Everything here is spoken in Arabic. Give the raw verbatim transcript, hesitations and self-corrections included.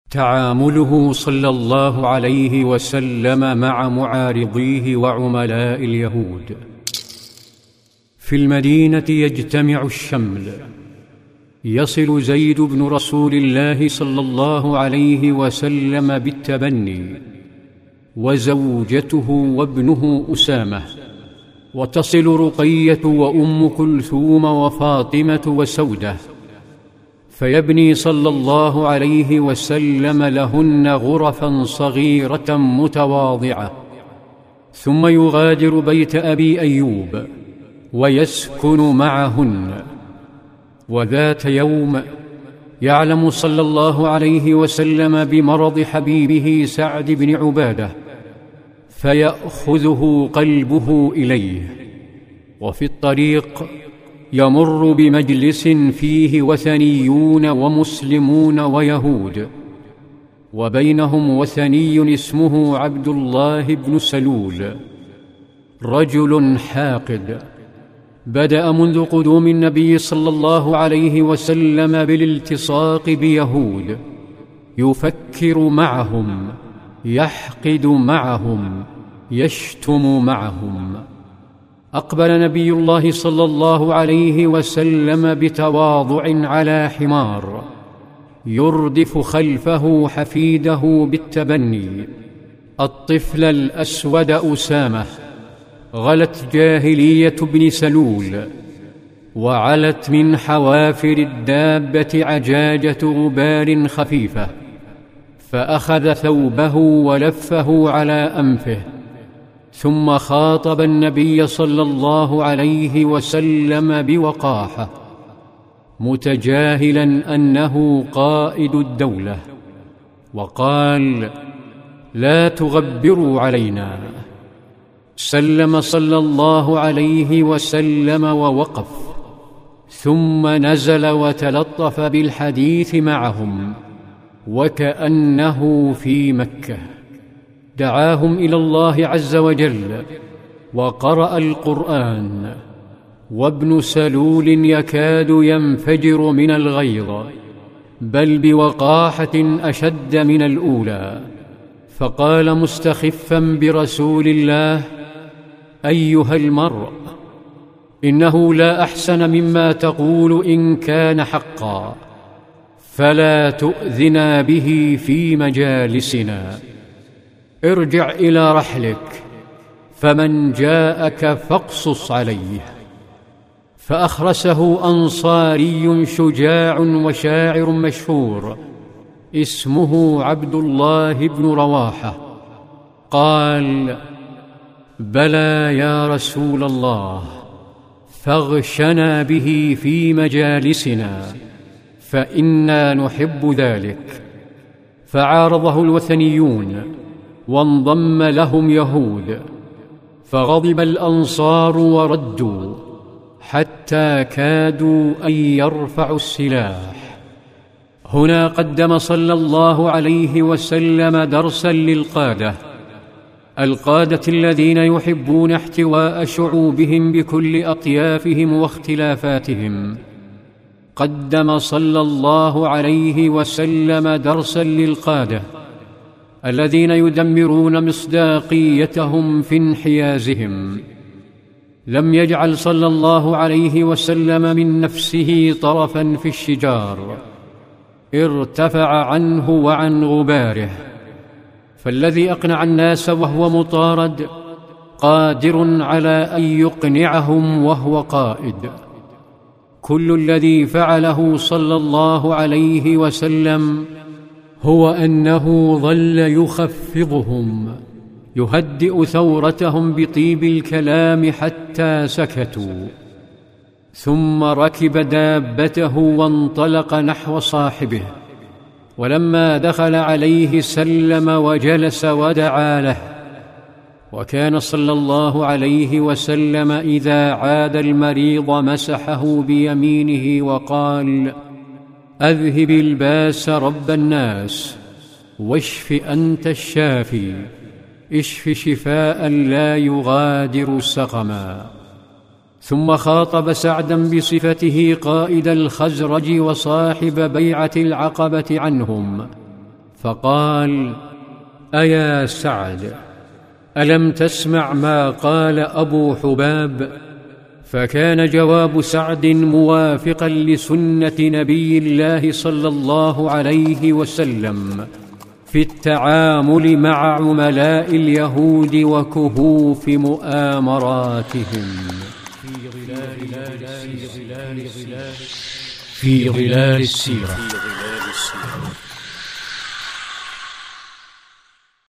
تعامله صلى الله عليه وسلم مع معارضيه وعملاء اليهود. في المدينة يجتمع الشمل، يصل زيد بن رسول الله صلى الله عليه وسلم بالتبني، وزوجته وابنه أسامة، وتصل رقية وأم كلثوم وفاطمة وسودة، فيبني صلى الله عليه وسلم لهن غرفا صغيرة متواضعة، ثم يغادر بيت أبي أيوب ويسكن معهن. وذات يوم يعلم صلى الله عليه وسلم بمرض حبيبه سعد بن عبادة، فيأخذه قلبه إليه، وفي الطريق يمر بمجلس فيه وثنيون ومسلمون ويهود، وبينهم وثني اسمه عبد الله بن سلول، رجل حاقد بدأ منذ قدوم النبي صلى الله عليه وسلم بالالتصاق بيهود، يفكر معهم، يحقد معهم، يشتم معهم. أقبل نبي الله صلى الله عليه وسلم بتواضع على حمار، يردف خلفه حفيده بالتبني، الطفل الأسود أسامة. غلت جاهلية ابن سلول، وعلت من حوافر الدابة عجاجة غبار خفيفة، فأخذ ثوبه ولفه على أنفه، ثم خاطب النبي صلى الله عليه وسلم بوقاحة، متجاهلا أنه قائد الدولة، وقال: لا تغبروا علينا. سلم صلى الله عليه وسلم ووقف، ثم نزل وتلطف بالحديث معهم وكأنه في مكة. دعاهم إلى الله عز وجل وقرأ القرآن، وابن سلول يكاد ينفجر من الغيظ، بل بوقاحة أشد من الأولى، فقال مستخفا برسول الله: أيها المرء، إنه لا أحسن مما تقول إن كان حقا، فلا تؤذنا به في مجالسنا. ارجع إلى رحلك، فمن جاءك فاقصص عليه. فأخرسه أنصاري شجاع وشاعر مشهور اسمه عبد الله بن رواحة، قال: بلى يا رسول الله، فاغشنا به في مجالسنا، فإنا نحب ذلك. فعارضه الوثنيون، وانضم لهم يهود، فغضب الأنصار وردوا، حتى كادوا أن يرفعوا السلاح. هنا قدم صلى الله عليه وسلم درسا للقادة، القادة الذين يحبون احتواء شعوبهم بكل أطيافهم واختلافاتهم. قدم صلى الله عليه وسلم درسا للقادة الذين يدمرون مصداقيتهم في انحيازهم. لم يجعل صلى الله عليه وسلم من نفسه طرفا في الشجار، ارتفع عنه وعن غباره. فالذي أقنع الناس وهو مطارد قادر على أن يقنعهم وهو قائد. كل الذي فعله صلى الله عليه وسلم هو أنه ظل يخفضهم، يهدئ ثورتهم بطيب الكلام حتى سكتوا، ثم ركب دابته وانطلق نحو صاحبه. ولما دخل عليه سلم وجلس ودعا له. وكان صلى الله عليه وسلم إذا عاد المريض مسحه بيمينه وقال: أذهب الباس رب الناس، واشف أنت الشافي، اشف شفاء لا يغادر سقما. ثم خاطب سعدا بصفته قائد الخزرج وصاحب بيعة العقبة عنهم، فقال: أيا سعد، ألم تسمع ما قال أبو حباب؟ فكان جواب سعد موافقا لسنة نبي الله صلى الله عليه وسلم في التعامل مع عملاء اليهود وكهوف مؤامراتهم. في ظلال السيرة.